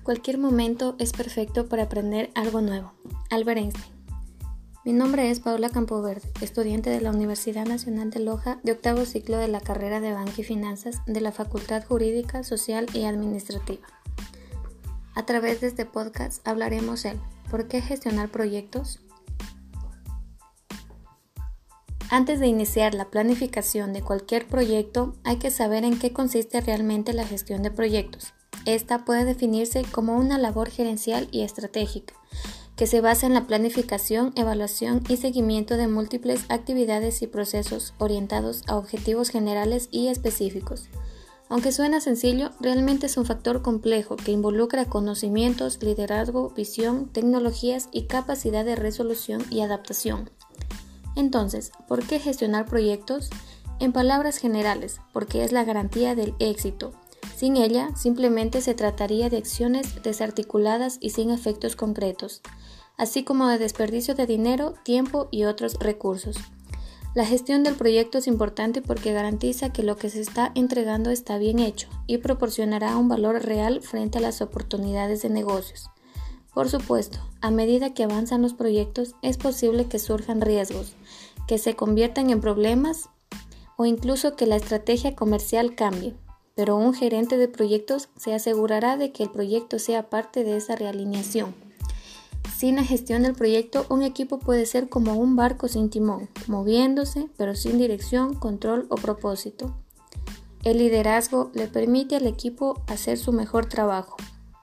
Cualquier momento es perfecto para aprender algo nuevo. Albert Einstein. Mi nombre es Paula Campoverde, estudiante de la Universidad Nacional de Loja de octavo ciclo de la carrera de Banca y Finanzas de la Facultad Jurídica, Social y Administrativa. A través de este podcast hablaremos el ¿por qué gestionar proyectos? Antes de iniciar la planificación de cualquier proyecto, hay que saber en qué consiste realmente la gestión de proyectos. Esta puede definirse como una labor gerencial y estratégica, que se basa en la planificación, evaluación y seguimiento de múltiples actividades y procesos orientados a objetivos generales y específicos. Aunque suena sencillo, realmente es un factor complejo que involucra conocimientos, liderazgo, visión, tecnologías y capacidad de resolución y adaptación. Entonces, ¿por qué gestionar proyectos? En palabras generales, porque es la garantía del éxito. Sin ella, simplemente se trataría de acciones desarticuladas y sin efectos concretos, así como de desperdicio de dinero, tiempo y otros recursos. La gestión del proyecto es importante porque garantiza que lo que se está entregando está bien hecho y proporcionará un valor real frente a las oportunidades de negocios. Por supuesto, a medida que avanzan los proyectos, es posible que surjan riesgos, que se conviertan en problemas o incluso que la estrategia comercial cambie. Pero un gerente de proyectos se asegurará de que el proyecto sea parte de esa realineación. Sin la gestión del proyecto, un equipo puede ser como un barco sin timón, moviéndose, pero sin dirección, control o propósito. El liderazgo le permite al equipo hacer su mejor trabajo.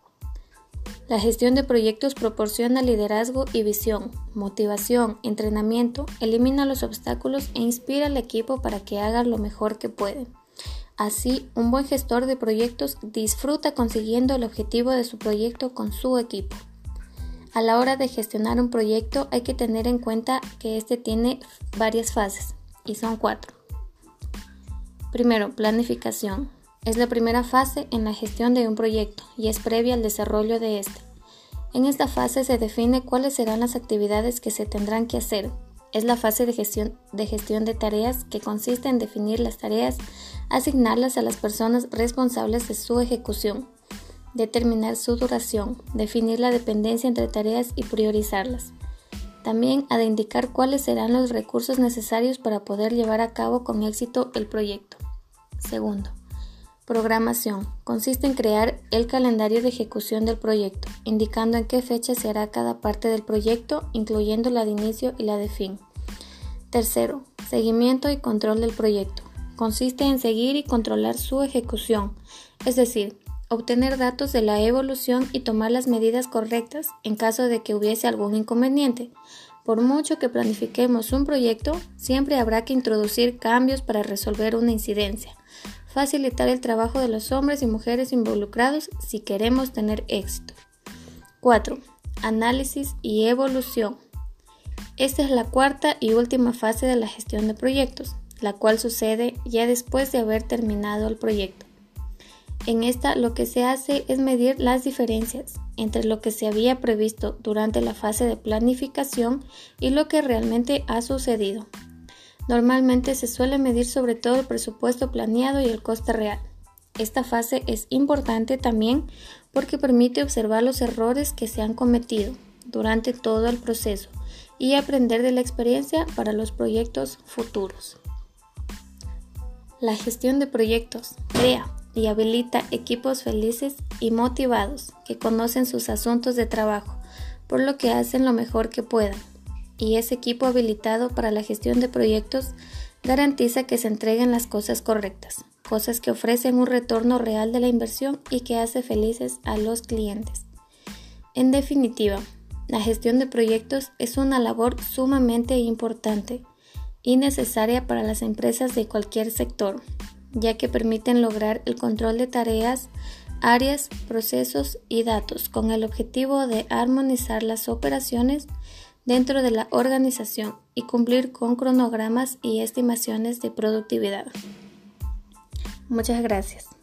La gestión de proyectos proporciona liderazgo y visión, motivación, entrenamiento, elimina los obstáculos e inspira al equipo para que haga lo mejor que puede. Así, un buen gestor de proyectos disfruta consiguiendo el objetivo de su proyecto con su equipo. A la hora de gestionar un proyecto hay que tener en cuenta que este tiene varias fases, y son 4. Primero, planificación. Es la primera fase en la gestión de un proyecto y es previa al desarrollo de este. En esta fase se define cuáles serán las actividades que se tendrán que hacer. Es la fase de gestión de tareas que consiste en definir las tareas, asignarlas a las personas responsables de su ejecución, determinar su duración, definir la dependencia entre tareas y priorizarlas. También ha de indicar cuáles serán los recursos necesarios para poder llevar a cabo con éxito el proyecto. Segundo, programación. Consiste en crear el calendario de ejecución del proyecto, indicando en qué fecha se hará cada parte del proyecto, incluyendo la de inicio y la de fin. Tercero, seguimiento y control del proyecto. Consiste en seguir y controlar su ejecución, es decir, obtener datos de la evolución y tomar las medidas correctas en caso de que hubiese algún inconveniente. Por mucho que planifiquemos un proyecto, siempre habrá que introducir cambios para resolver una incidencia. Facilitar el trabajo de los hombres y mujeres involucrados si queremos tener éxito. 4. Análisis y evolución. Esta es la cuarta y última fase de la gestión de proyectos, la cual sucede ya después de haber terminado el proyecto. En esta lo que se hace es medir las diferencias entre lo que se había previsto durante la fase de planificación y lo que realmente ha sucedido. Normalmente se suele medir sobre todo el presupuesto planeado y el coste real. Esta fase es importante también porque permite observar los errores que se han cometido durante todo el proceso y aprender de la experiencia para los proyectos futuros. La gestión de proyectos crea y habilita equipos felices y motivados que conocen sus asuntos de trabajo, por lo que hacen lo mejor que puedan. Y ese equipo habilitado para la gestión de proyectos garantiza que se entreguen las cosas correctas, cosas que ofrecen un retorno real de la inversión y que hace felices a los clientes. En definitiva, la gestión de proyectos es una labor sumamente importante y necesaria para las empresas de cualquier sector, ya que permiten lograr el control de tareas, áreas, procesos y datos con el objetivo de armonizar las operaciones dentro de la organización y cumplir con cronogramas y estimaciones de productividad. Muchas gracias.